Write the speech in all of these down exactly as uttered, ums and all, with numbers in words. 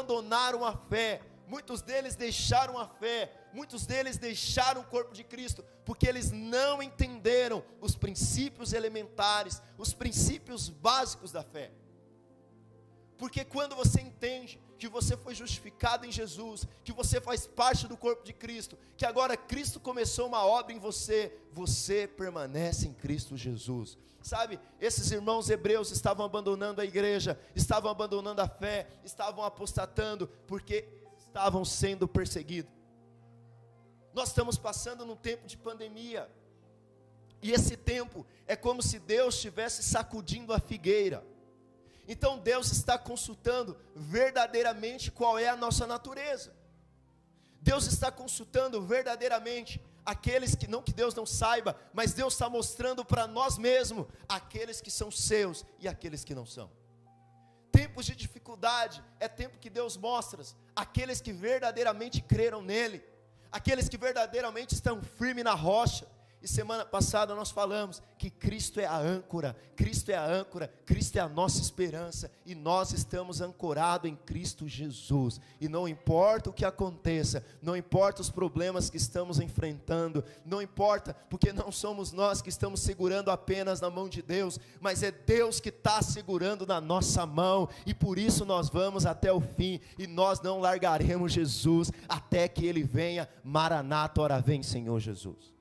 abandonaram a fé, muitos deles deixaram a fé, muitos deles deixaram o corpo de Cristo, porque eles não entenderam os princípios elementares, os princípios básicos da fé. Porque quando você entende que você foi justificado em Jesus, que você faz parte do corpo de Cristo, que agora Cristo começou uma obra em você, você permanece em Cristo Jesus. Sabe, esses irmãos hebreus estavam abandonando a igreja, estavam abandonando a fé, estavam apostatando, porque estavam sendo perseguidos. Nós estamos passando num tempo de pandemia, e esse tempo é como se Deus estivesse sacudindo a figueira. Então Deus está consultando verdadeiramente qual é a nossa natureza. Deus está consultando verdadeiramente aqueles que, não que Deus não saiba, mas Deus está mostrando para nós mesmos, aqueles que são seus e aqueles que não são. Tempos de dificuldade, é tempo que Deus mostra aqueles que verdadeiramente creram nele, aqueles que verdadeiramente estão firmes na rocha. E semana passada nós falamos que Cristo é a âncora, Cristo é a âncora, Cristo é a nossa esperança, e nós estamos ancorados em Cristo Jesus, e não importa o que aconteça, não importa os problemas que estamos enfrentando, não importa, porque não somos nós que estamos segurando apenas na mão de Deus, mas é Deus que está segurando na nossa mão, e por isso nós vamos até o fim, e nós não largaremos Jesus, até que Ele venha. Maranata, ora vem Senhor Jesus.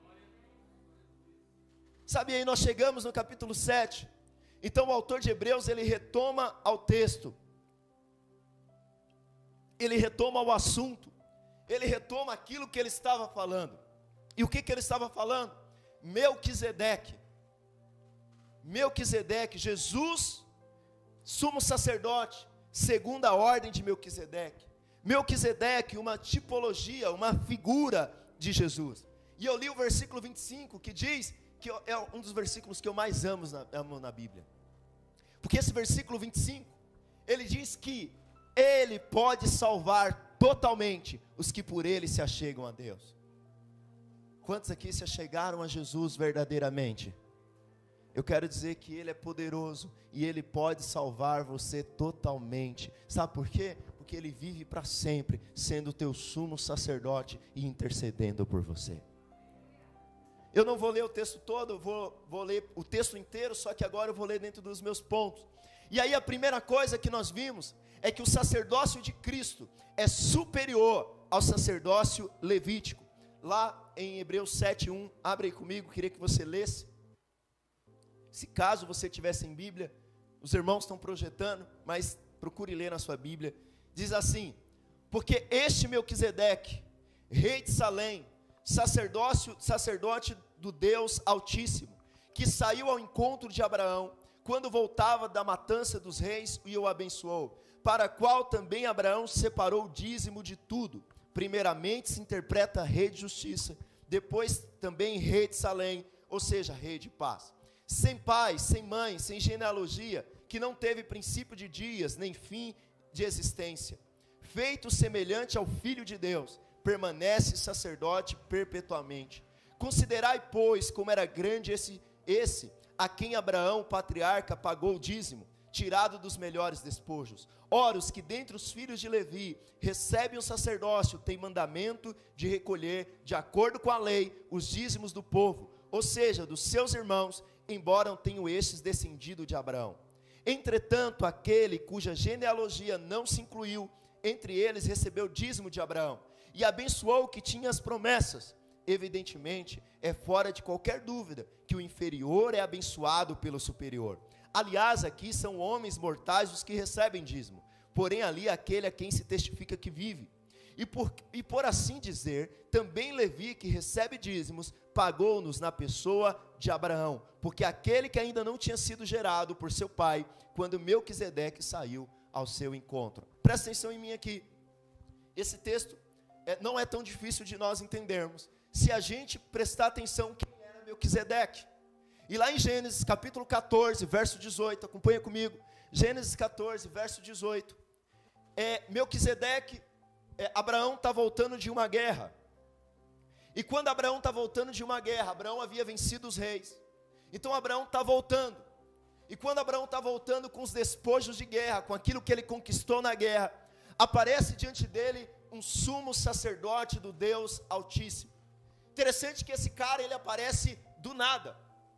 Sabe, aí nós chegamos no capítulo sete, então o autor de Hebreus, ele retoma ao texto, ele retoma o assunto, ele retoma aquilo que ele estava falando, e o que que ele estava falando? Melquisedeque, Melquisedeque, Jesus, sumo sacerdote, segundo a ordem de Melquisedeque, Melquisedeque, uma tipologia, uma figura de Jesus, e eu li o versículo vinte e cinco, que diz, que é um dos versículos que eu mais amo na, amo na Bíblia, porque esse versículo vinte e cinco, ele diz que Ele pode salvar totalmente os que por Ele se achegam a Deus. Quantos aqui se achegaram a Jesus verdadeiramente? Eu quero dizer que Ele é poderoso, e Ele pode salvar você totalmente. Sabe por quê? Porque Ele vive para sempre, sendo o teu sumo sacerdote e intercedendo por você. Eu não vou ler o texto todo, eu vou, vou ler o texto inteiro, só que agora eu vou ler dentro dos meus pontos. E aí a primeira coisa que nós vimos, é que o sacerdócio de Cristo é superior ao sacerdócio levítico. Lá em Hebreus sete, um, abre aí comigo, queria que você lesse. Se caso você tivesse em Bíblia, os irmãos estão projetando, mas procure ler na sua Bíblia. Diz assim: porque este Melquisedeque, rei de Salém, sacerdócio, sacerdote do Deus Altíssimo, que saiu ao encontro de Abraão, quando voltava da matança dos reis, e o abençoou, para a qual também Abraão separou o dízimo de tudo. Primeiramente se interpreta rei de justiça, depois também rei de Salém, ou seja, rei de paz. Sem pai, sem mãe, sem genealogia, que não teve princípio de dias, nem fim de existência. Feito semelhante ao Filho de Deus, permanece sacerdote perpetuamente. Considerai, pois, como era grande esse, esse, a quem Abraão, patriarca, pagou o dízimo, tirado dos melhores despojos. Ora, os que dentre os filhos de Levi recebem o sacerdócio, têm mandamento de recolher, de acordo com a lei, os dízimos do povo, ou seja, dos seus irmãos, embora não tenham estes descendido de Abraão. Entretanto, aquele cuja genealogia não se incluiu, entre eles recebeu o dízimo de Abraão, e abençoou o que tinha as promessas. Evidentemente, é fora de qualquer dúvida que o inferior é abençoado pelo superior. Aliás, aqui são homens mortais os que recebem dízimo, porém ali aquele a quem se testifica que vive. E por, e por assim dizer, também Levi, que recebe dízimos, pagou-nos na pessoa de Abraão, porque aquele que ainda não tinha sido gerado por seu pai, quando Melquisedeque saiu ao seu encontro. Presta atenção em mim aqui, esse texto é, não é tão difícil de nós entendermos, se a gente prestar atenção quem era Melquisedeque. E lá em Gênesis capítulo catorze, verso dezoito, acompanha comigo, Gênesis catorze, verso dezoito, é, Melquisedeque, é, Abraão está voltando de uma guerra, e quando Abraão está voltando de uma guerra, Abraão havia vencido os reis, então Abraão está voltando, e quando Abraão está voltando com os despojos de guerra, com aquilo que ele conquistou na guerra, aparece diante dele um sumo sacerdote do Deus Altíssimo. Interessante que esse cara, ele aparece do nada.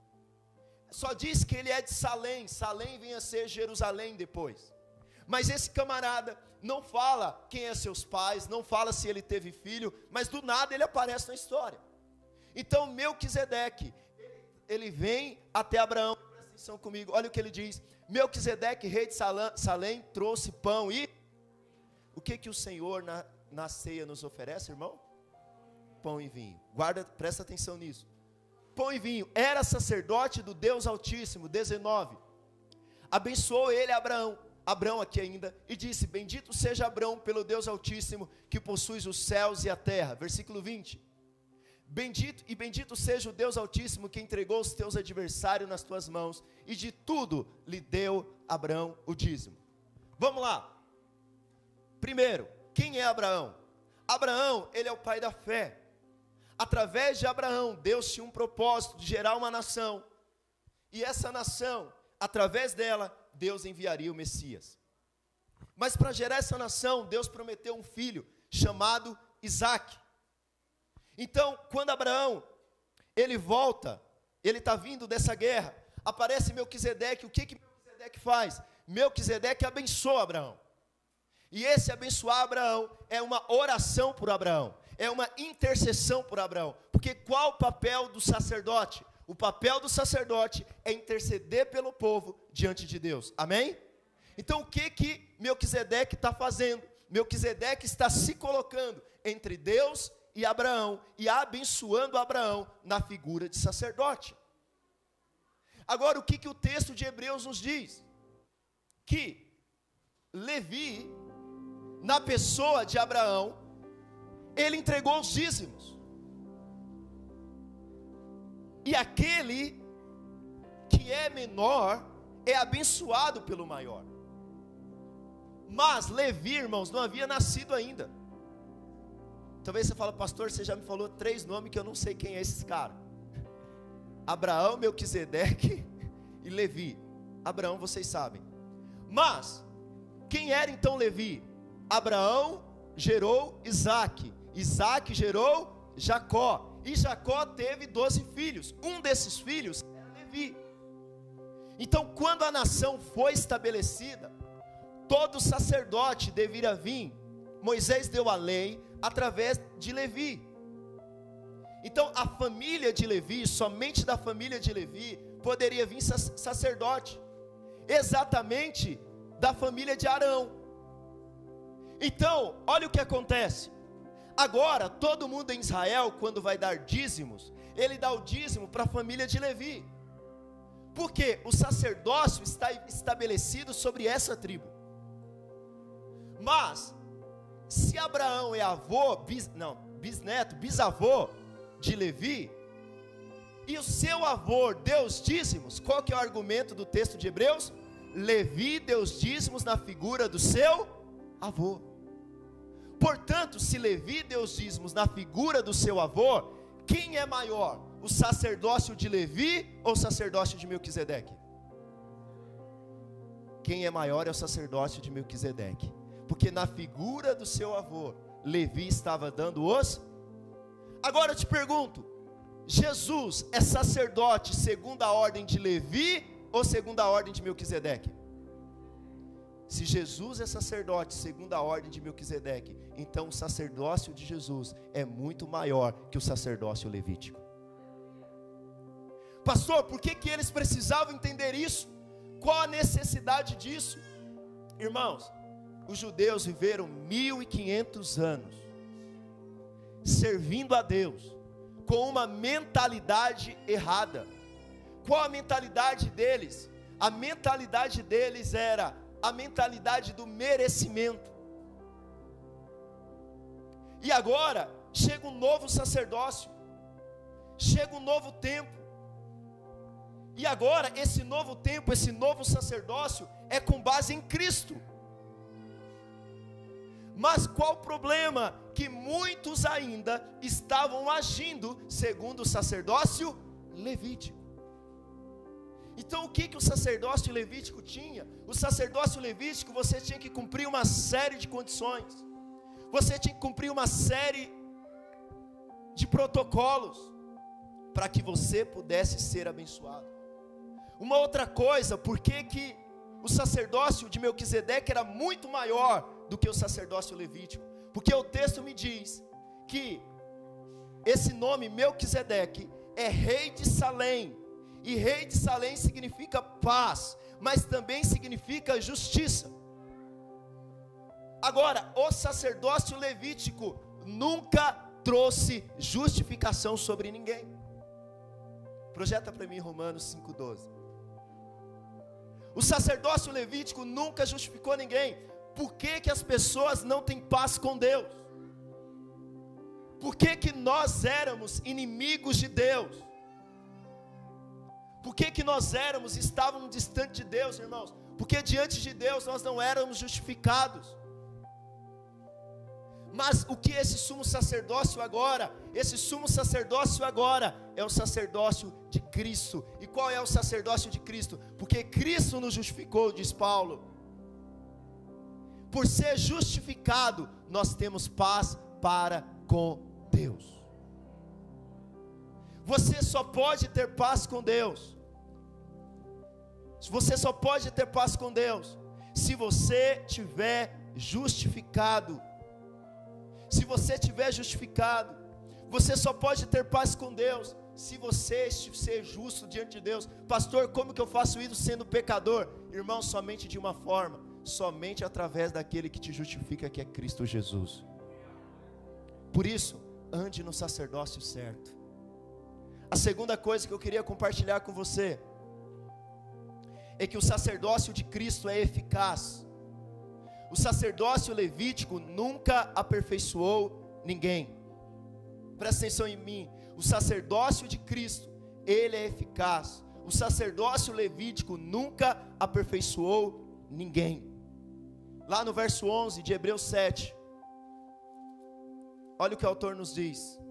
Só diz que ele é de Salém. Salém vem a ser Jerusalém depois. Mas esse camarada não fala quem é seus pais, não fala se ele teve filho, mas do nada ele aparece na história. Então Melquisedeque, ele, ele vem até Abraão. Presta atenção comigo, olha o que ele diz. Melquisedeque, rei de Salém, trouxe pão e... O que que o Senhor na, na ceia nos oferece, irmão? Pão e vinho. Guarda, presta atenção nisso. Pão e vinho. Era sacerdote do Deus Altíssimo. dezenove. Abençoou ele Abraão. Abraão aqui ainda. E disse: bendito seja Abraão pelo Deus Altíssimo, que possui os céus e a terra. Versículo vinte. Bendito e bendito seja o Deus Altíssimo, que entregou os teus adversários nas tuas mãos, e de tudo lhe deu Abraão o dízimo. Vamos lá. Primeiro, quem é Abraão? Abraão, ele é o pai da fé. Através de Abraão, Deus tinha um propósito de gerar uma nação. E essa nação, através dela, Deus enviaria o Messias. Mas para gerar essa nação, Deus prometeu um filho chamado Isaque. Então, quando Abraão, ele volta, ele está vindo dessa guerra, aparece Melquisedeque. O que que Melquisedeque faz? Melquisedeque abençoa Abraão. E esse abençoar Abraão é uma oração por Abraão, é uma intercessão por Abraão. Porque qual o papel do sacerdote? O papel do sacerdote é interceder pelo povo diante de Deus. Amém? Então o que que Melquisedeque está fazendo? Melquisedeque está se colocando entre Deus e Abraão e abençoando Abraão na figura de sacerdote. Agora o que que o texto de Hebreus nos diz? Que Levi, na pessoa de Abraão, ele entregou os dízimos. E aquele que é menor é abençoado pelo maior. Mas Levi, irmãos, não havia nascido ainda. Talvez você fale: pastor, você já me falou três nomes que eu não sei quem é esses caras. Abraão, Melquisedeque e Levi. Abraão vocês sabem. Mas quem era então Levi? Abraão gerou Isaque, Isaque gerou Jacó, e Jacó teve doze filhos. Um desses filhos era Levi. Então, quando a nação foi estabelecida, todo sacerdote deveria vir. Moisés deu a lei através de Levi. Então, a família de Levi, somente da família de Levi, poderia vir sacerdote, exatamente da família de Arão. Então, olha o que acontece. Agora, todo mundo em Israel, quando vai dar dízimos, ele dá o dízimo para a família de Levi. Porque o sacerdócio está estabelecido sobre essa tribo. Mas, se Abraão é avô, bis, não, bisneto, bisavô de Levi, e o seu avô deu os dízimos, qual que é o argumento do texto de Hebreus? Levi deu os dízimos na figura do seu avô. Portanto, se Levi deu os dízimos na figura do seu avô, quem é maior? O sacerdócio de Levi ou o sacerdócio de Melquisedeque? Quem é maior é o sacerdócio de Melquisedeque. Porque na figura do seu avô, Levi estava dando os... Agora eu te pergunto, Jesus é sacerdote segundo a ordem de Levi ou segundo a ordem de Melquisedeque? Se Jesus é sacerdote segundo a ordem de Melquisedeque, então o sacerdócio de Jesus é muito maior que o sacerdócio levítico. Pastor, por que que eles precisavam entender isso? Qual a necessidade disso? Irmãos, os judeus viveram mil e quinhentos anos servindo a Deus com uma mentalidade errada. Qual a mentalidade deles? A mentalidade deles era a mentalidade do merecimento. E agora chega um novo sacerdócio, chega um novo tempo. E agora esse novo tempo, esse novo sacerdócio é com base em Cristo. Mas qual o problema? Que muitos ainda estavam agindo segundo o sacerdócio levítico. Então o que, que o sacerdócio levítico tinha? O sacerdócio levítico, você tinha que cumprir uma série de condições, você tinha que cumprir uma série de protocolos, para que você pudesse ser abençoado. Uma outra coisa, por que que o sacerdócio de Melquisedeque era muito maior do que o sacerdócio levítico? Porque o texto me diz que esse nome Melquisedeque é rei de Salém, e rei de Salém significa paz, mas também significa justiça. Agora, o sacerdócio levítico nunca trouxe justificação sobre ninguém. Projeta para mim Romanos cinco, doze. O sacerdócio levítico nunca justificou ninguém. Por que que as pessoas não têm paz com Deus? Por que que nós éramos inimigos de Deus? Por que que nós éramos, estávamos distantes de Deus, irmãos? Porque diante de Deus nós não éramos justificados. Mas o que esse sumo sacerdócio agora, esse sumo sacerdócio agora é o sacerdócio de Cristo. E qual é o sacerdócio de Cristo? Porque Cristo nos justificou, diz Paulo. Por ser justificado, nós temos paz para com Deus. Você só pode ter paz com Deus. Você só pode ter paz com Deus se você tiver justificado. Se você tiver justificado, você só pode ter paz com Deus se você ser justo diante de Deus. Pastor, como que eu faço isso sendo pecador? Irmão, somente de uma forma, somente através daquele que te justifica, que é Cristo Jesus. Por isso, ande no sacerdócio certo. A segunda coisa que eu queria compartilhar com você é que o sacerdócio de Cristo é eficaz. O sacerdócio levítico nunca aperfeiçoou ninguém. Presta atenção em mim. O sacerdócio de Cristo, ele é eficaz. O sacerdócio levítico nunca aperfeiçoou ninguém. Lá no verso onze de Hebreus sete, olha o que o autor nos diz.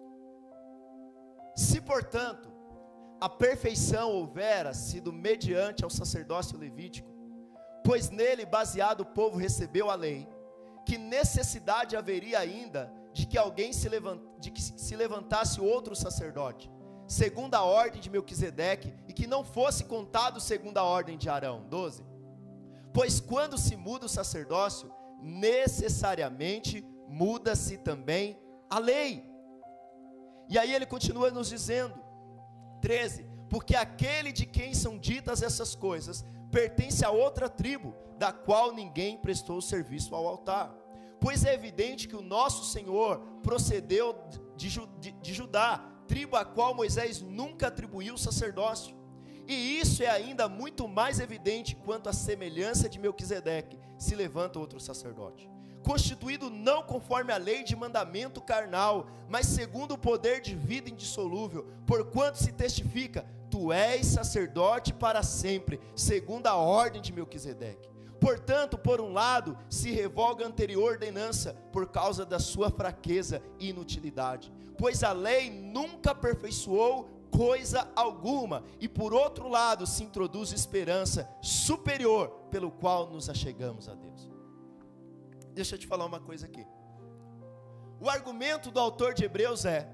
Se, portanto, a perfeição houvera sido mediante ao sacerdócio levítico, pois nele baseado o povo recebeu a lei, que necessidade haveria ainda de que alguém se, levant, de que se levantasse outro sacerdote, segundo a ordem de Melquisedeque, e que não fosse contado segundo a ordem de Arão. doze. Pois quando se muda o sacerdócio, necessariamente muda-se também a lei. E aí ele continua nos dizendo, treze, porque aquele de quem são ditas essas coisas pertence a outra tribo, da qual ninguém prestou serviço ao altar. Pois é evidente que o nosso Senhor procedeu de, de, de Judá, tribo a qual Moisés nunca atribuiu o sacerdócio. E isso é ainda muito mais evidente quanto à semelhança de Melquisedeque se levanta outro sacerdote, constituído não conforme a lei de mandamento carnal, mas segundo o poder de vida indissolúvel, porquanto se testifica: tu és sacerdote para sempre, segundo a ordem de Melquisedeque. Portanto, por um lado, se revoga a anterior ordenança, por causa da sua fraqueza e inutilidade, pois a lei nunca aperfeiçoou coisa alguma, e por outro lado, se introduz esperança superior, pelo qual nos achegamos a Deus. Deixa eu te falar uma coisa aqui. O argumento do autor de Hebreus é: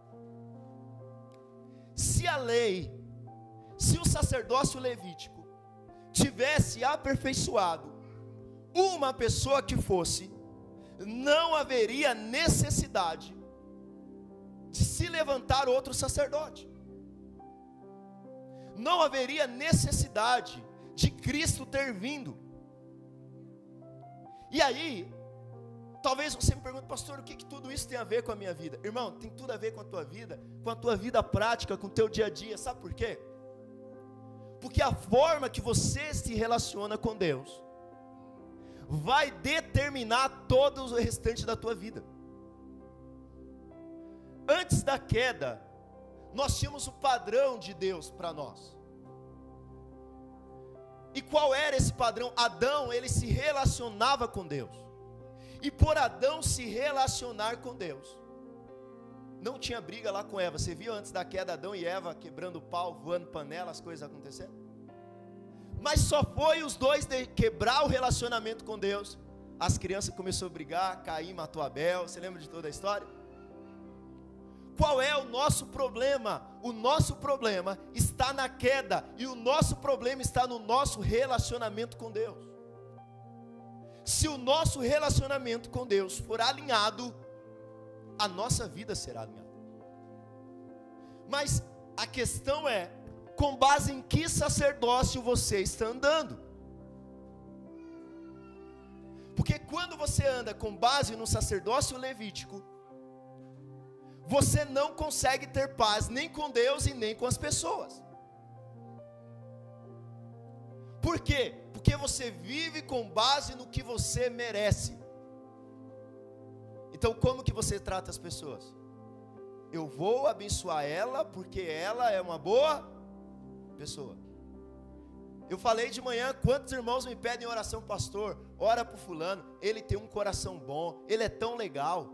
se a lei, se o sacerdócio levítico tivesse aperfeiçoado uma pessoa que fosse, não haveria necessidade de se levantar outro sacerdote. Não haveria necessidade de Cristo ter vindo. E aí, talvez você me pergunte: pastor, o que, que tudo isso tem a ver com a minha vida? Irmão, tem tudo a ver com a tua vida, com a tua vida prática, com o teu dia a dia. Sabe por quê? Porque a forma que você se relaciona com Deus vai determinar todo o restante da tua vida. Antes da queda, nós tínhamos o padrão de Deus para nós. E qual era esse padrão? Adão, ele se relacionava com Deus. E por Adão se relacionar com Deus, não tinha briga lá com Eva. Você viu antes da queda Adão e Eva quebrando pau, voando panela, as coisas acontecendo? Mas só foi os dois de quebrar o relacionamento com Deus, as crianças começaram a brigar, Caim matou Abel. Você lembra de toda a história? Qual é o nosso problema? O nosso problema está na queda, e o nosso problema está no nosso relacionamento com Deus. Se o nosso relacionamento com Deus for alinhado, a nossa vida será alinhada. Mas a questão é, com base em que sacerdócio você está andando? Porque quando você anda com base no sacerdócio levítico, você não consegue ter paz nem com Deus e nem com as pessoas. Por quê? Porque você vive com base no que você merece. Então como que você trata as pessoas? Eu vou abençoar ela porque ela é uma boa pessoa. Eu falei de manhã, quantos irmãos me pedem oração, pastor? Ora para o fulano, ele tem um coração bom, ele é tão legal.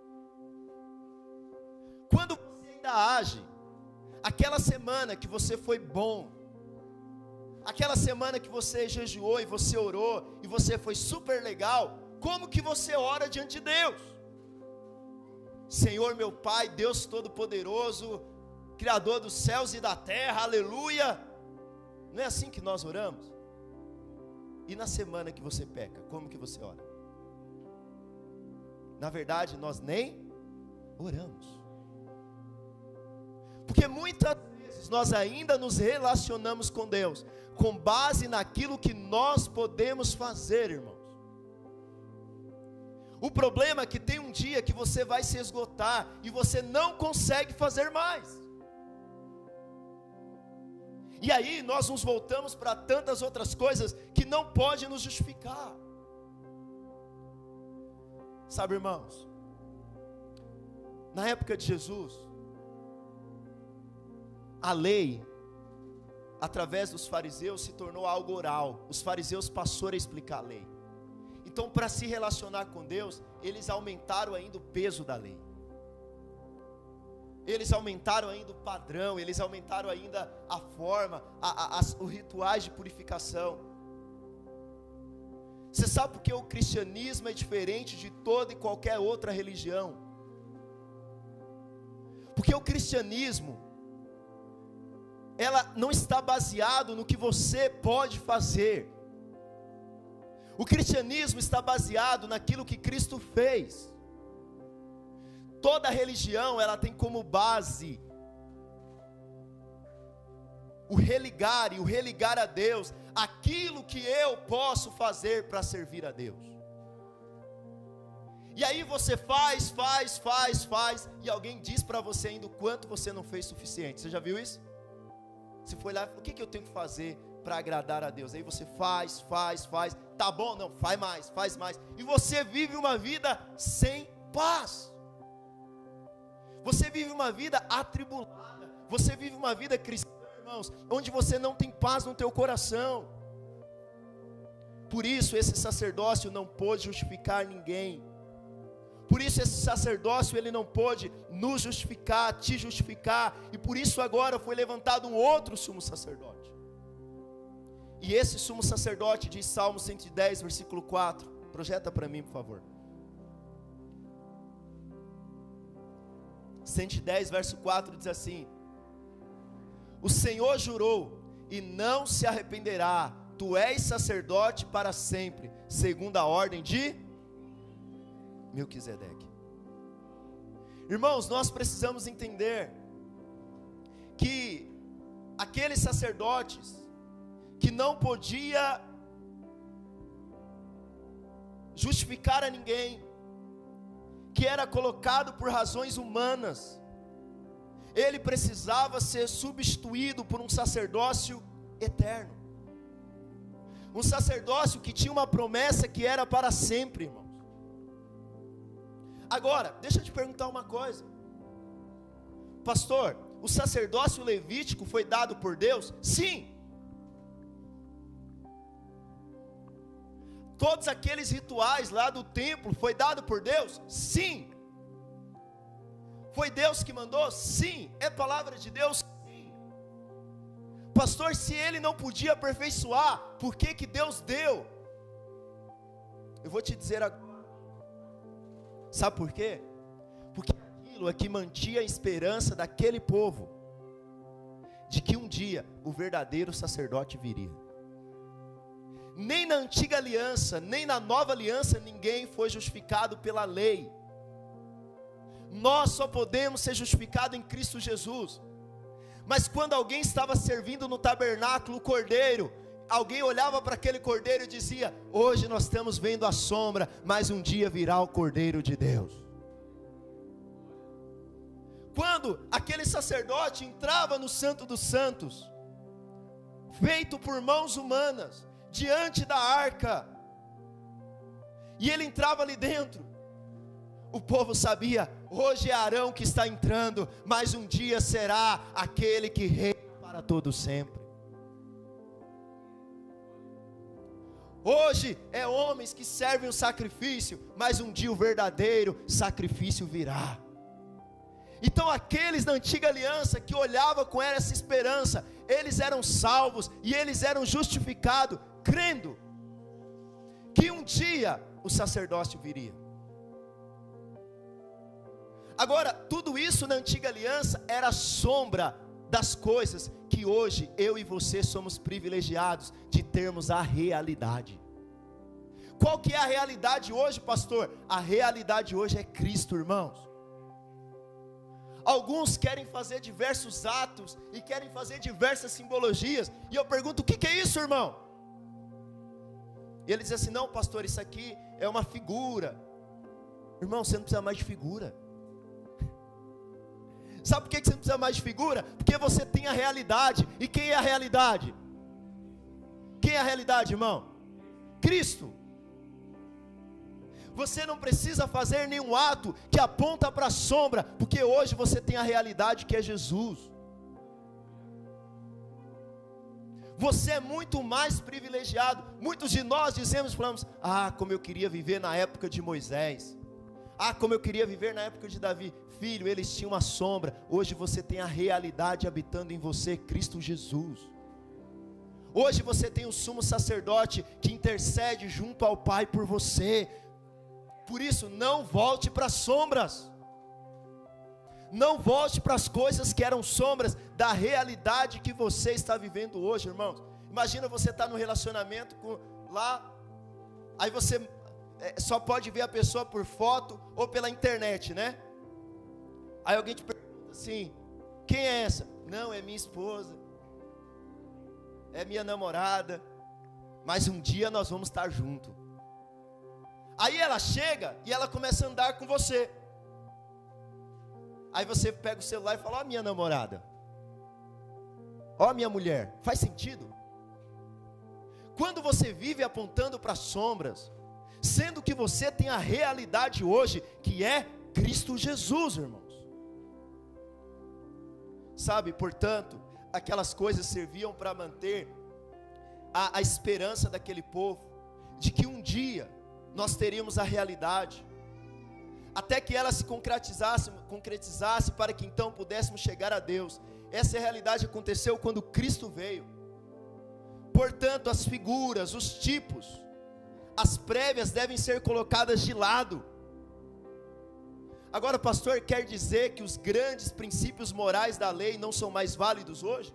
Quando você ainda age, aquela semana que você foi bom, aquela semana que você jejuou e você orou, e você foi super legal, como que você ora diante de Deus? Senhor meu Pai, Deus Todo-Poderoso, Criador dos céus e da terra, aleluia. Não é assim que nós oramos? E na semana que você peca, como que você ora? Na verdade, nós nem oramos. Porque muitas vezes nós ainda nos relacionamos com Deus com base naquilo que nós podemos fazer, irmãos. O problema é que tem um dia que você vai se esgotar e você não consegue fazer mais. E aí nós nos voltamos para tantas outras coisas que não pode nos justificar. Sabe, irmãos, na época de Jesus, a lei, através dos fariseus, se tornou algo oral. Os fariseus passaram a explicar a lei. Então, para se relacionar com Deus, eles aumentaram ainda o peso da lei. Eles aumentaram ainda o padrão, eles aumentaram ainda a forma, a, a, as, os rituais de purificação. Você sabe por que o cristianismo é diferente de toda e qualquer outra religião? Porque o cristianismo, ela não está baseado no que você pode fazer. O cristianismo está baseado naquilo que Cristo fez. Toda religião, ela tem como base o religar e o religar a Deus aquilo que eu posso fazer para servir a Deus. E aí você faz, faz, faz, faz, e alguém diz para você ainda o quanto você não fez suficiente. Você já viu isso? Você foi lá, o que, que eu tenho que fazer para agradar a Deus? Aí você faz, faz, faz, tá bom? Não, faz mais, faz mais, e você vive uma vida sem paz. Você vive uma vida atribulada, você vive uma vida cristã, irmãos, onde você não tem paz no teu coração. Por isso esse sacerdócio não pôde justificar ninguém. Por isso esse sacerdócio, ele não pôde nos justificar, te justificar. E por isso agora foi levantado um outro sumo sacerdote. E esse sumo sacerdote diz Salmo cento e dez, versículo quatro. Projeta para mim, por favor. cento e dez, verso quatro diz assim: o Senhor jurou e não se arrependerá, tu és sacerdote para sempre, segundo a ordem de Melquisedeque. Irmãos, nós precisamos entender que aqueles sacerdotes que não podia justificar a ninguém, que era colocado por razões humanas, ele precisava ser substituído por um sacerdócio eterno, um sacerdócio que tinha uma promessa que era para sempre, irmãos. Agora, deixa eu te perguntar uma coisa, pastor, o sacerdócio levítico foi dado por Deus? Sim. Todos aqueles rituais lá do templo foi dado por Deus? Sim. Foi Deus que mandou? Sim. É palavra de Deus? Sim. Pastor, se ele não podia aperfeiçoar, por que que Deus deu? Eu vou te dizer agora. Sabe por quê? Porque aquilo é que mantinha a esperança daquele povo, de que um dia o verdadeiro sacerdote viria. Nem na antiga aliança, nem na nova aliança, ninguém foi justificado pela lei. Nós só podemos ser justificados em Cristo Jesus. Mas quando alguém estava servindo no tabernáculo o cordeiro, alguém olhava para aquele cordeiro e dizia: hoje nós estamos vendo a sombra, mas um dia virá o Cordeiro de Deus. Quando aquele sacerdote entrava no Santo dos Santos, feito por mãos humanas, diante da arca, e ele entrava ali dentro, o povo sabia: hoje é Arão que está entrando, mas um dia será aquele que reina para todo sempre. Hoje é homens que servem o sacrifício, mas um dia o verdadeiro sacrifício virá. Então aqueles da antiga aliança que olhavam com essa esperança, eles eram salvos e eles eram justificados, crendo que um dia o sacerdócio viria. Agora, tudo isso na antiga aliança era sombra das coisas que hoje eu e você somos privilegiados de termos a realidade. Qual que é a realidade hoje, pastor? A realidade hoje é Cristo, irmãos. Alguns querem fazer diversos atos e querem fazer diversas simbologias, e eu pergunto: o que, que é isso, irmão? E ele diz assim: não, pastor, isso aqui é uma figura. Irmão, você não precisa mais de figura. Sabe por que você não precisa mais de figura? Porque você tem a realidade. E quem é a realidade? Quem é a realidade, irmão? Cristo. Você não precisa fazer nenhum ato que aponta para a sombra, porque hoje você tem a realidade que é Jesus. Você é muito mais privilegiado. Muitos de nós dizemos, falamos: ah, como eu queria viver na época de Moisés. Ah, como eu queria viver na época de Davi. Filho, eles tinham uma sombra. Hoje você tem a realidade habitando em você, Cristo Jesus. Hoje você tem o sumo sacerdote que intercede junto ao Pai por você. Por isso, não volte para as sombras. Não volte para as coisas que eram sombras da realidade que você está vivendo hoje, irmãos. Imagina você estar no relacionamento com, lá, aí você é, só pode ver a pessoa por foto ou pela internet, né? Aí alguém te pergunta assim: quem é essa? Não, é minha esposa, é minha namorada, mas um dia nós vamos estar juntos. Aí ela chega e ela começa a andar com você. Aí você pega o celular e fala: ó minha namorada, ó minha mulher. Faz sentido? Quando você vive apontando para as sombras, sendo que você tem a realidade hoje, que é Cristo Jesus, irmãos. Sabe, portanto, aquelas coisas serviam para manter a, a esperança daquele povo, de que um dia nós teríamos a realidade, até que ela se concretizasse, concretizasse para que então pudéssemos chegar a Deus. Essa realidade aconteceu quando Cristo veio. Portanto, as figuras, os tipos, as prévias devem ser colocadas de lado. Agora, pastor, quer dizer que os grandes princípios morais da lei não são mais válidos hoje?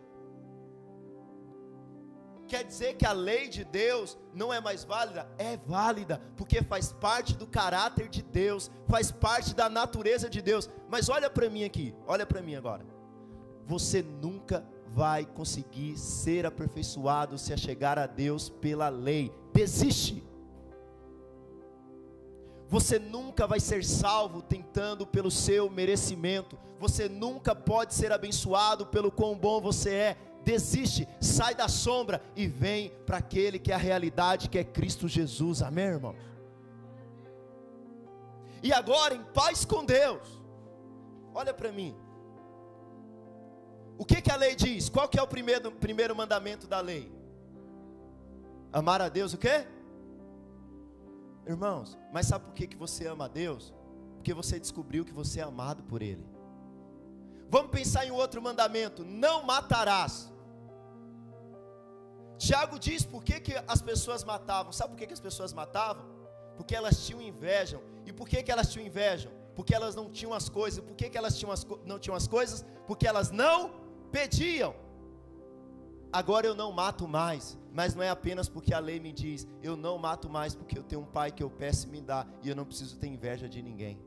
Quer dizer que a lei de Deus não é mais válida? É válida, porque faz parte do caráter de Deus, faz parte da natureza de Deus. Mas olha para mim aqui, olha para mim agora. Você nunca vai conseguir ser aperfeiçoado se chegar a Deus pela lei. Desiste. Você nunca vai ser salvo tentando pelo seu merecimento. Você nunca pode ser abençoado pelo quão bom você é. Desiste, sai da sombra e vem para aquele que é a realidade, que é Cristo Jesus. Amém, irmãos? E agora, em paz com Deus, olha para mim. O que que a lei diz? Qual que é o primeiro, primeiro mandamento da lei? Amar a Deus o quê? Irmãos, mas sabe por que que você ama a Deus? Porque você descobriu que você é amado por Ele. Vamos pensar em outro mandamento: não matarás. Tiago diz por que, que as pessoas matavam. Sabe por que, que as pessoas matavam? Porque elas tinham inveja. E por que, que elas tinham inveja? Porque elas não tinham as coisas. Por que, que elas tinham as, não tinham as coisas? Porque elas não pediam. Agora eu não mato mais, mas não é apenas porque a lei me diz, eu não mato mais porque eu tenho um pai que eu peço e me dá, e eu não preciso ter inveja de ninguém.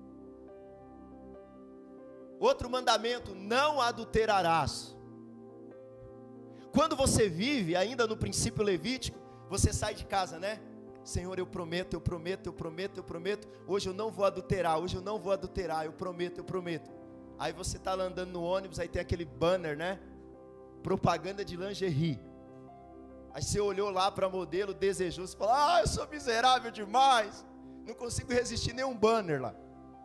Outro mandamento, não adulterarás. Quando você vive ainda no princípio levítico, você sai de casa, né? Senhor, eu prometo, eu prometo, eu prometo, eu prometo, hoje eu não vou adulterar, hoje eu não vou adulterar, eu prometo, eu prometo. Aí você está lá andando no ônibus, aí tem aquele banner, né? Propaganda de lingerie. Aí você olhou lá para modelo, desejou, você falou, ah, eu sou miserável demais, não consigo resistir nenhum banner lá.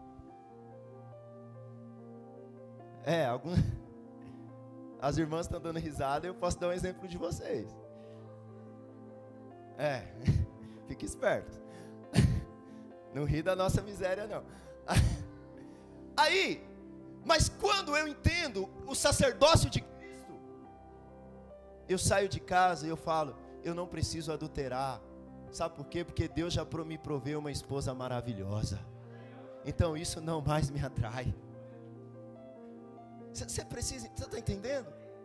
É, algum... as irmãs estão dando risada, eu posso dar um exemplo de vocês. É, fique esperto. Não ri da nossa miséria não. Aí, mas quando eu entendo o sacerdócio de eu saio de casa e eu falo, eu não preciso adulterar. Sabe por quê? Porque Deus já me proveu uma esposa maravilhosa. Então isso não mais me atrai. Você precisa, você está entendendo?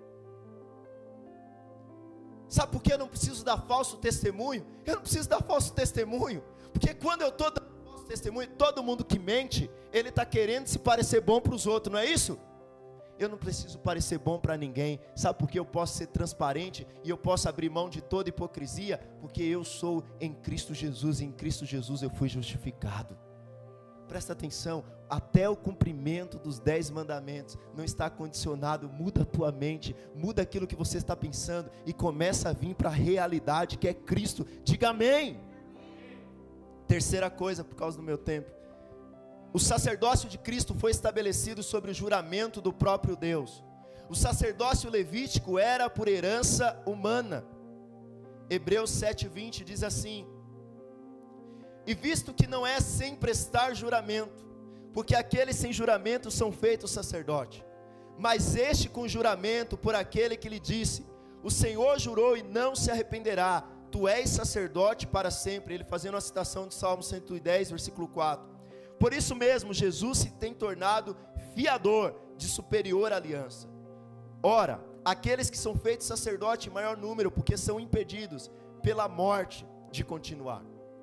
Sabe por que eu não preciso dar falso testemunho? Eu não preciso dar falso testemunho. Porque quando eu estou dando falso testemunho, todo mundo que mente, ele está querendo se parecer bom para os outros, não é isso? Eu não preciso parecer bom para ninguém. Sabe por que eu posso ser transparente e eu posso abrir mão de toda hipocrisia? Porque eu sou em Cristo Jesus, e em Cristo Jesus eu fui justificado. Presta atenção, até o cumprimento dos dez mandamentos não está condicionado. Muda a tua mente, muda aquilo que você está pensando e começa a vir para a realidade que é Cristo. Diga amém. Terceira coisa, por causa do meu tempo, o sacerdócio de Cristo foi estabelecido sobre o juramento do próprio Deus. O sacerdócio levítico era por herança humana. Hebreus sete, vinte diz assim: e visto que não é sem prestar juramento, porque aqueles sem juramento são feitos sacerdote, mas este com juramento por aquele que lhe disse, o Senhor jurou e não se arrependerá, tu és sacerdote para sempre. Ele fazendo uma citação de Salmo cento e dez, versículo quatro. Por isso mesmo, Jesus se tem tornado fiador de superior aliança. Ora, aqueles que são feitos sacerdote em maior número, porque são impedidos pela morte de continuar.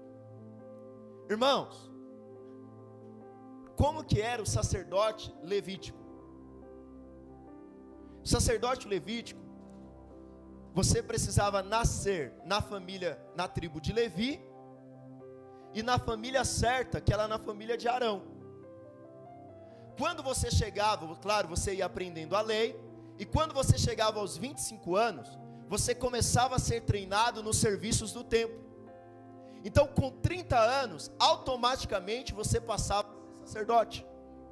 Irmãos, como que era o sacerdote levítico? O sacerdote levítico, você precisava nascer na família, na tribo de Levi, e na família certa, que era na família de Arão. Quando você chegava, claro, você ia aprendendo a lei, e quando você chegava aos vinte e cinco anos, você começava a ser treinado nos serviços do templo. Então com trinta anos, automaticamente você passava a ser sacerdote.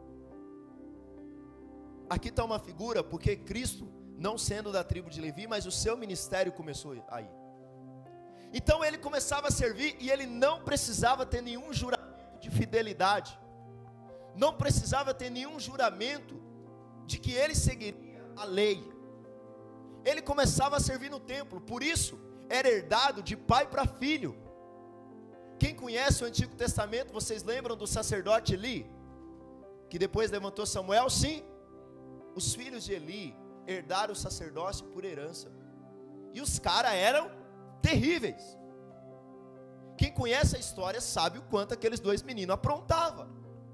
Aqui está uma figura, porque Cristo, não sendo da tribo de Levi, mas o seu ministério começou aí. Então ele começava a servir e ele não precisava ter nenhum juramento de fidelidade, não precisava ter nenhum juramento de que ele seguiria a lei. Ele começava a servir no templo, por isso era herdado de pai para filho. Quem conhece o Antigo Testamento, vocês lembram do sacerdote Eli, que depois levantou Samuel? Sim, os filhos de Eli herdaram o sacerdócio por herança, e os caras eram terríveis. Quem conhece a história sabe o quanto aqueles dois meninos aprontavam.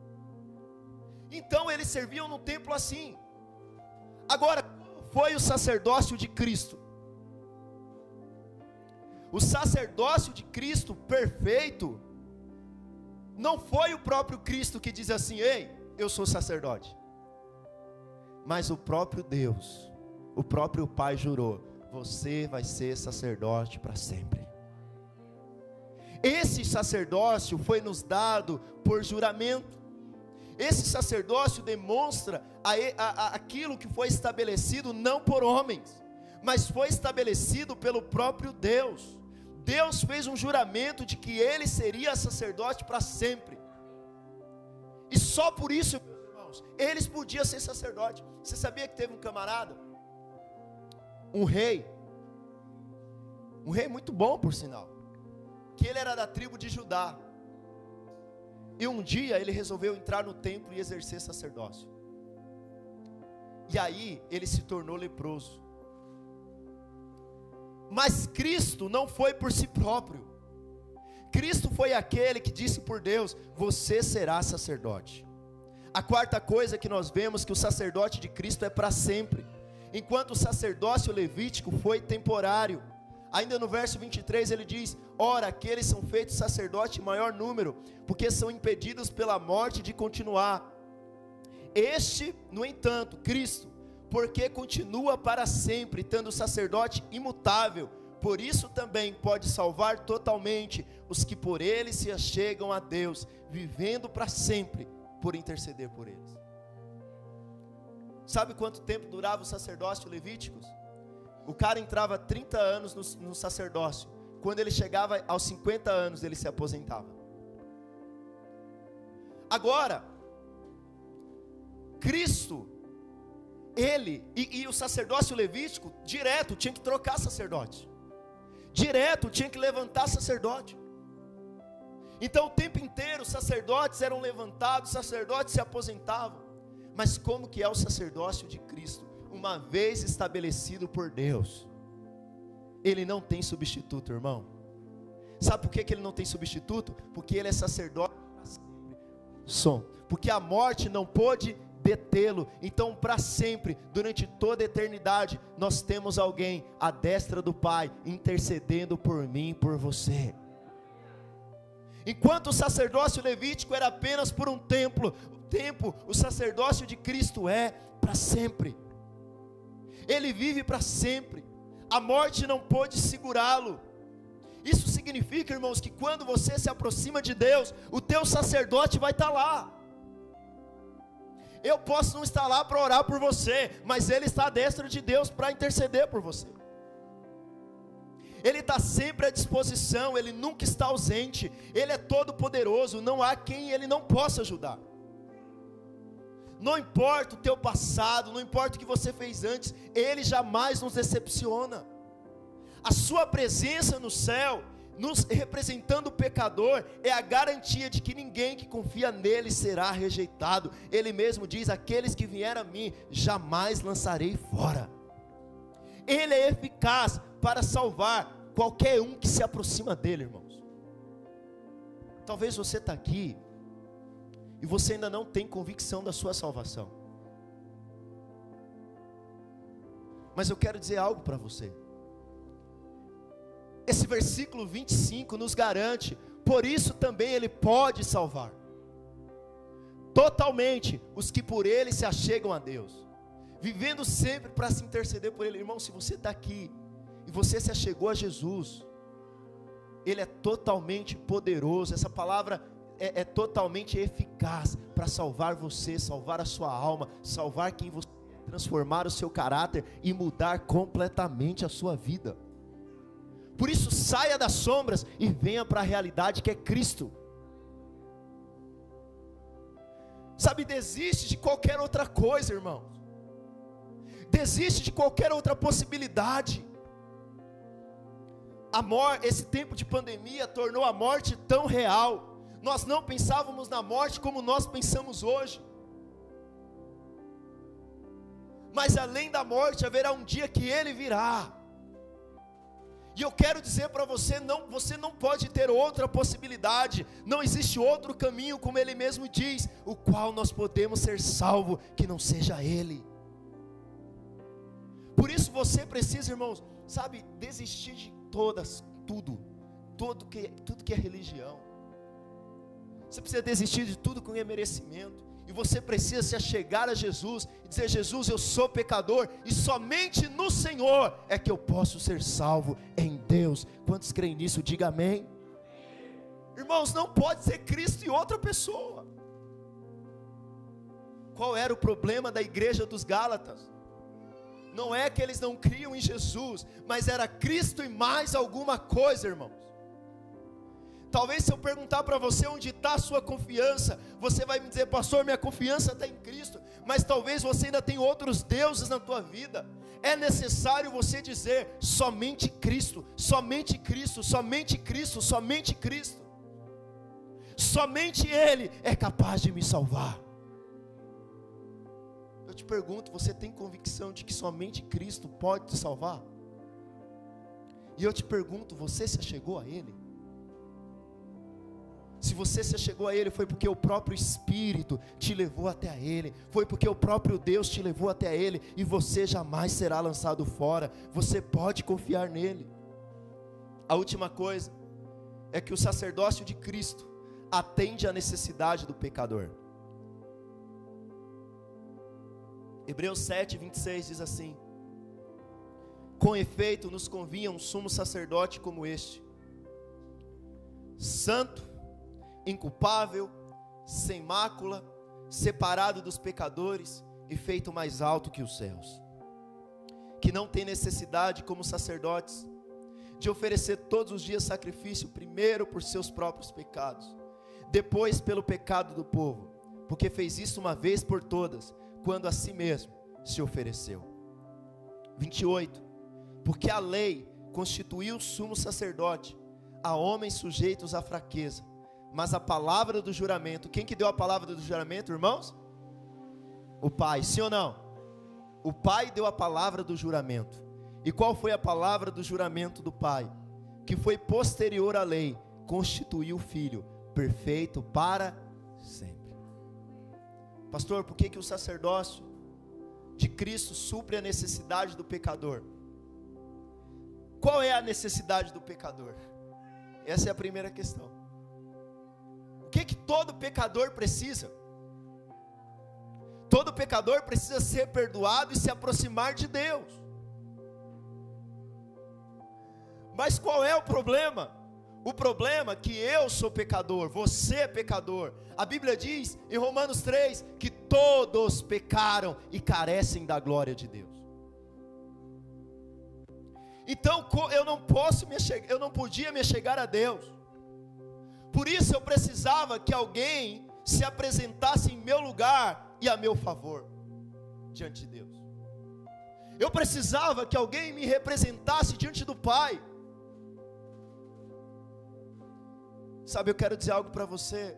Então eles serviam no templo assim. Agora, como foi o sacerdócio de Cristo? O sacerdócio de Cristo perfeito, não foi o próprio Cristo que diz assim, ei, eu sou sacerdote, mas o próprio Deus, o próprio Pai jurou, você vai ser sacerdote para sempre. Esse sacerdócio foi nos dado por juramento. Esse sacerdócio demonstra a, a, a, aquilo que foi estabelecido não por homens, mas foi estabelecido pelo próprio Deus. Deus fez um juramento de que ele seria sacerdote para sempre. E só por isso, meus irmãos, eles podiam ser sacerdote. Você sabia que teve um camarada, um rei, um rei muito bom, por sinal, que ele era da tribo de Judá, e um dia ele resolveu entrar no templo e exercer sacerdócio, e aí ele se tornou leproso. Mas Cristo não foi por si próprio, Cristo foi aquele que disse por Deus: você será sacerdote. A quarta coisa que nós vemos, que o sacerdote de Cristo é para sempre, enquanto o sacerdócio levítico foi temporário. Ainda no verso vinte e três ele diz: ora, aqueles são feitos sacerdote em maior número, porque são impedidos pela morte de continuar. Este, no entanto, Cristo, porque continua para sempre, tendo sacerdote imutável, por isso também pode salvar totalmente os que por ele se achegam a Deus, vivendo para sempre por interceder por eles. Sabe quanto tempo durava o sacerdócio levítico? O cara entrava trinta anos no, no sacerdócio, quando ele chegava aos cinquenta anos ele se aposentava. Agora, Cristo, ele e, e o sacerdócio levítico, direto tinha que trocar sacerdote, direto tinha que levantar sacerdote. Então o tempo inteiro os sacerdotes eram levantados, os sacerdotes se aposentavam. Mas como que é o sacerdócio de Cristo? Uma vez estabelecido por Deus, ele não tem substituto, irmão. Sabe por que, que ele não tem substituto? Porque ele é sacerdote para sempre. Som. Porque a morte não pôde detê-lo. Então para sempre, durante toda a eternidade, nós temos alguém à destra do Pai, intercedendo por mim e por você. Enquanto o sacerdócio levítico era apenas por um templo, o tempo, o sacerdócio de Cristo é para sempre. Ele vive para sempre. A morte não pôde segurá-lo. Isso significa, irmãos, que quando você se aproxima de Deus, o teu sacerdote vai estar lá. Eu posso não estar lá para orar por você, mas ele está à destra de Deus para interceder por você. Ele está sempre à disposição, ele nunca está ausente, ele é todo poderoso, não há quem ele não possa ajudar. Não importa o teu passado, não importa o que você fez antes, ele jamais nos decepciona. A sua presença no céu, nos representando o pecador, é a garantia de que ninguém que confia nele será rejeitado. Ele mesmo diz: aqueles que vieram a mim, jamais lançarei fora. Ele é eficaz para salvar qualquer um que se aproxima dele, irmãos. Talvez você está aqui e você ainda não tem convicção da sua salvação, mas eu quero dizer algo para você. Esse versículo vinte e cinco nos garante: por isso também ele pode salvar totalmente os que por ele se achegam a Deus, vivendo sempre para se interceder por ele. Irmão, se você está aqui e você se achegou a Jesus, ele é totalmente poderoso. Essa palavra é, é totalmente eficaz para salvar você, salvar a sua alma, salvar quem você é, transformar o seu caráter e mudar completamente a sua vida. Por isso, saia das sombras e venha para a realidade que é Cristo. Sabe, desiste de qualquer outra coisa, irmão. Desiste de qualquer outra possibilidade. A morte, esse tempo de pandemia tornou a morte tão real. Nós não pensávamos na morte como nós pensamos hoje. Mas além da morte haverá um dia que ele virá. E eu quero dizer para você, não, você não pode ter outra possibilidade, não existe outro caminho, como ele mesmo diz, o qual nós podemos ser salvos, que não seja ele. Por isso você precisa, irmãos, sabe, desistir de todas, tudo, tudo que, tudo que é religião. Você precisa desistir de tudo que é merecimento. E você precisa se achegar a Jesus e dizer: Jesus, eu sou pecador e somente no Senhor é que eu posso ser salvo, em Deus. Quantos creem nisso? Diga amém. Irmãos, não pode ser Cristo e outra pessoa. Qual era o problema da igreja dos Gálatas? Não é que eles não criam em Jesus, mas era Cristo e mais alguma coisa, irmãos. Talvez se eu perguntar para você onde está a sua confiança, você vai me dizer: pastor, minha confiança está em Cristo. Mas talvez você ainda tenha outros deuses na tua vida. é necessário você dizer: somente Cristo, somente Cristo, somente Cristo, somente Cristo. Somente Ele é capaz de me salvar. Eu te pergunto, você tem convicção de que somente Cristo pode te salvar? E eu te pergunto, você se achegou a Ele? Se você se achegou a Ele, foi porque o próprio Espírito te levou até a Ele, foi porque o próprio Deus te levou até a Ele, e você jamais será lançado fora. Você pode confiar nele. A última coisa é que o sacerdócio de Cristo atende à necessidade do pecador. Hebreus sete, vinte e seis diz assim: com efeito nos convinha um sumo sacerdote como este, santo, inculpável, sem mácula, separado dos pecadores e feito mais alto que os céus, que não tem necessidade, como sacerdotes, de oferecer todos os dias sacrifício, primeiro por seus próprios pecados, depois pelo pecado do povo, porque fez isso uma vez por todas, quando a si mesmo se ofereceu. vinte e oito, porque a lei constituiu sumo sacerdote a homens sujeitos à fraqueza, mas a palavra do juramento, quem que deu a palavra do juramento, irmãos? O Pai, sim ou não? O Pai deu a palavra do juramento. E qual foi a palavra do juramento do Pai? Que foi posterior à lei, constituiu o Filho, perfeito para sempre. Pastor, por que que o sacerdócio de Cristo supre a necessidade do pecador? Qual é a necessidade do pecador? Essa é a primeira questão. O que que todo pecador precisa? Todo pecador precisa ser perdoado e se aproximar de Deus. Mas qual é o problema? O problema é que eu sou pecador, você é pecador. A Bíblia diz em Romanos três que todos pecaram e carecem da glória de Deus. Então eu não posso me chegar, eu não podia me chegar a Deus. Por isso eu precisava que alguém se apresentasse em meu lugar e a meu favor diante de Deus. Eu precisava que alguém me representasse diante do Pai. Sabe, eu quero dizer algo para você,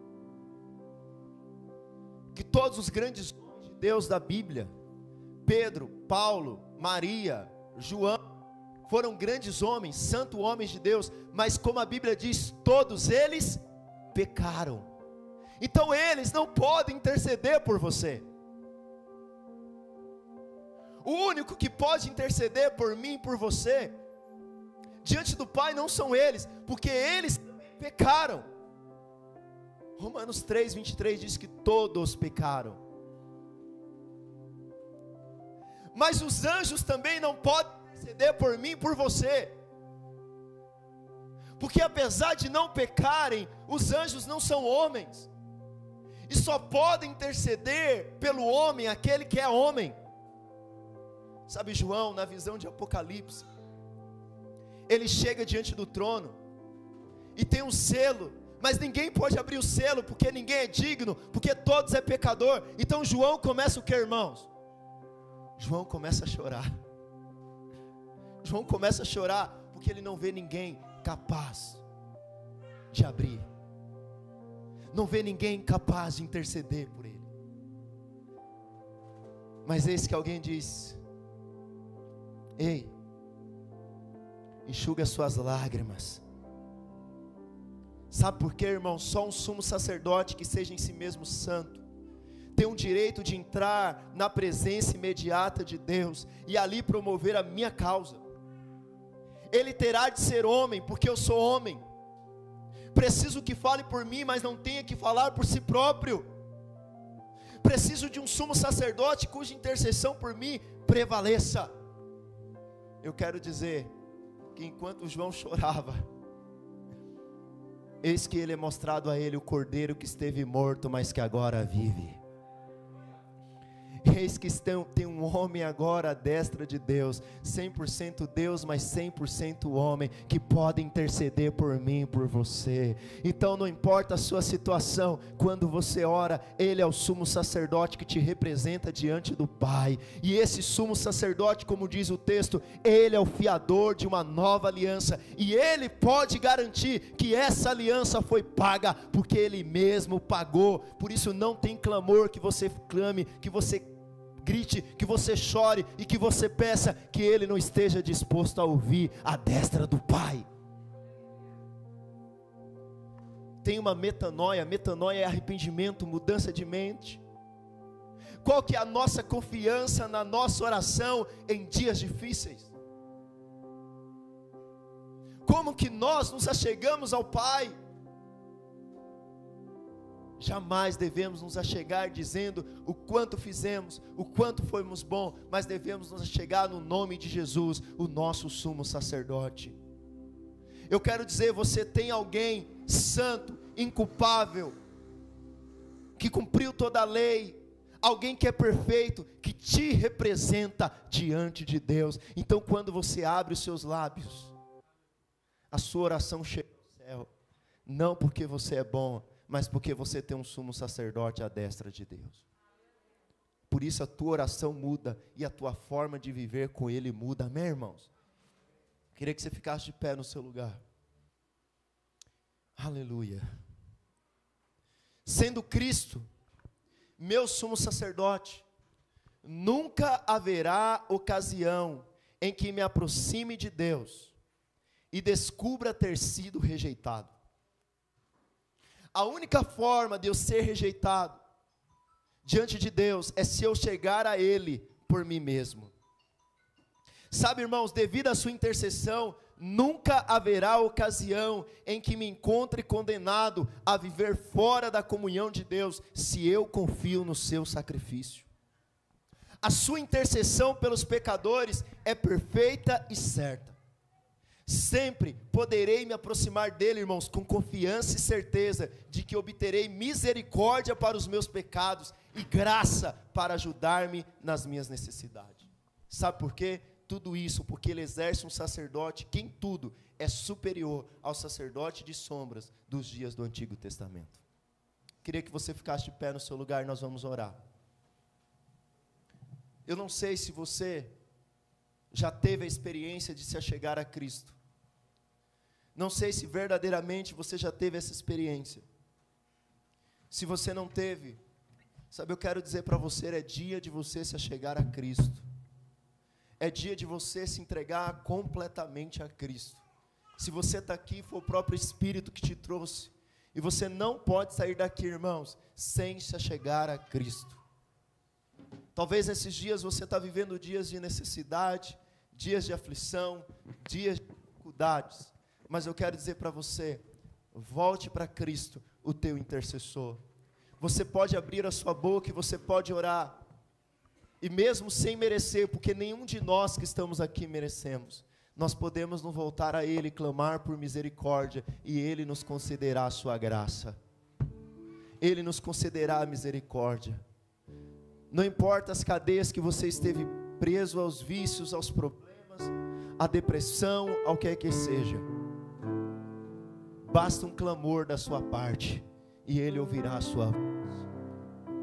que todos os grandes homens de Deus da Bíblia, Pedro, Paulo, Maria, João, foram grandes homens, santos homens de Deus, mas como a Bíblia diz, todos eles pecaram. Então eles não podem interceder por você. O único que pode interceder por mim e por você, diante do Pai, não são eles, porque eles pecaram. Romanos três, vinte e três diz que todos pecaram. Mas os anjos também não podem interceder por mim e por você, porque apesar de não pecarem, os anjos não são homens, e só podem interceder pelo homem aquele que é homem. Sabe, João, na visão de Apocalipse, ele chega diante do trono e tem um selo, mas ninguém pode abrir o selo, porque ninguém é digno, porque todos é pecador. Então João começa o que, irmãos? João começa a chorar. João começa a chorar, porque ele não vê ninguém capaz de abrir, não vê ninguém capaz de interceder por ele. Mas eis que alguém diz: ei, enxuga as suas lágrimas. Sabe por quê, irmão? Só um sumo sacerdote que seja em si mesmo santo tem o direito de entrar na presença imediata de Deus e ali promover a minha causa. Ele terá de ser homem, porque eu sou homem. Preciso que fale por mim, mas não tenha que falar por si próprio. Preciso de um sumo sacerdote cuja intercessão por mim prevaleça. Eu quero dizer que enquanto João chorava, eis que ele é mostrado a ele o cordeiro que esteve morto, mas que agora vive. eis que estão, tem um homem agora à destra de Deus, cem por cento Deus, mas cem por cento homem, que pode interceder por mim e por você. Então não importa a sua situação, quando você ora, Ele é o sumo sacerdote que te representa diante do Pai, e esse sumo sacerdote, como diz o texto, Ele é o fiador de uma nova aliança, e Ele pode garantir que essa aliança foi paga, porque Ele mesmo pagou. Por isso não tem clamor que você clame, que você grite, que você chore e que você peça, que Ele não esteja disposto a ouvir à destra do Pai. Tem uma metanoia, metanoia é arrependimento, mudança de mente. Qual que é a nossa confiança na nossa oração em dias difíceis? Como que nós nos achegamos ao Pai? Jamais devemos nos achegar dizendo o quanto fizemos, o quanto fomos bons, mas devemos nos achegar no nome de Jesus, o nosso sumo sacerdote. Eu quero dizer, você tem alguém santo, inculpável, que cumpriu toda a lei, alguém que é perfeito, que te representa diante de Deus. Então quando você abre os seus lábios, a sua oração chega ao céu, não porque você é bom, mas porque você tem um sumo sacerdote à destra de Deus. Por isso a tua oração muda, e a tua forma de viver com Ele muda, amém, irmãos? Queria que você ficasse de pé no seu lugar. Aleluia. Sendo Cristo meu sumo sacerdote, nunca haverá ocasião em que me aproxime de Deus e descubra ter sido rejeitado. A única forma de eu ser rejeitado diante de Deus é se eu chegar a Ele por mim mesmo. Sabe, irmãos, devido à sua intercessão, nunca haverá ocasião em que me encontre condenado a viver fora da comunhão de Deus, se eu confio no seu sacrifício. A sua intercessão pelos pecadores é perfeita e certa. Sempre poderei me aproximar dele, irmãos, com confiança e certeza de que obterei misericórdia para os meus pecados e graça para ajudar-me nas minhas necessidades. Sabe por quê? Tudo isso porque ele exerce um sacerdote que em tudo é superior ao sacerdote de sombras dos dias do Antigo Testamento. Queria que você ficasse de pé no seu lugar e nós vamos orar. Eu não sei se você já teve a experiência de se achegar a Cristo. Não sei se verdadeiramente você já teve essa experiência. Se você não teve, sabe, eu quero dizer para você, é dia de você se achegar a Cristo. É dia de você se entregar completamente a Cristo. Se você está aqui, foi o próprio Espírito que te trouxe. E você não pode sair daqui, irmãos, sem se achegar a Cristo. Talvez nesses dias você está vivendo dias de necessidade, dias de aflição, dias de dificuldades, mas eu quero dizer para você, volte para Cristo, o teu intercessor. Você pode abrir a sua boca e você pode orar, e mesmo sem merecer, porque nenhum de nós que estamos aqui merecemos, nós podemos nos voltar a Ele, clamar por misericórdia, e Ele nos concederá a sua graça, Ele nos concederá a misericórdia. Não importa as cadeias que você esteve preso, aos vícios, aos problemas, à depressão, ao que é que seja, basta um clamor da sua parte, e Ele ouvirá a sua voz.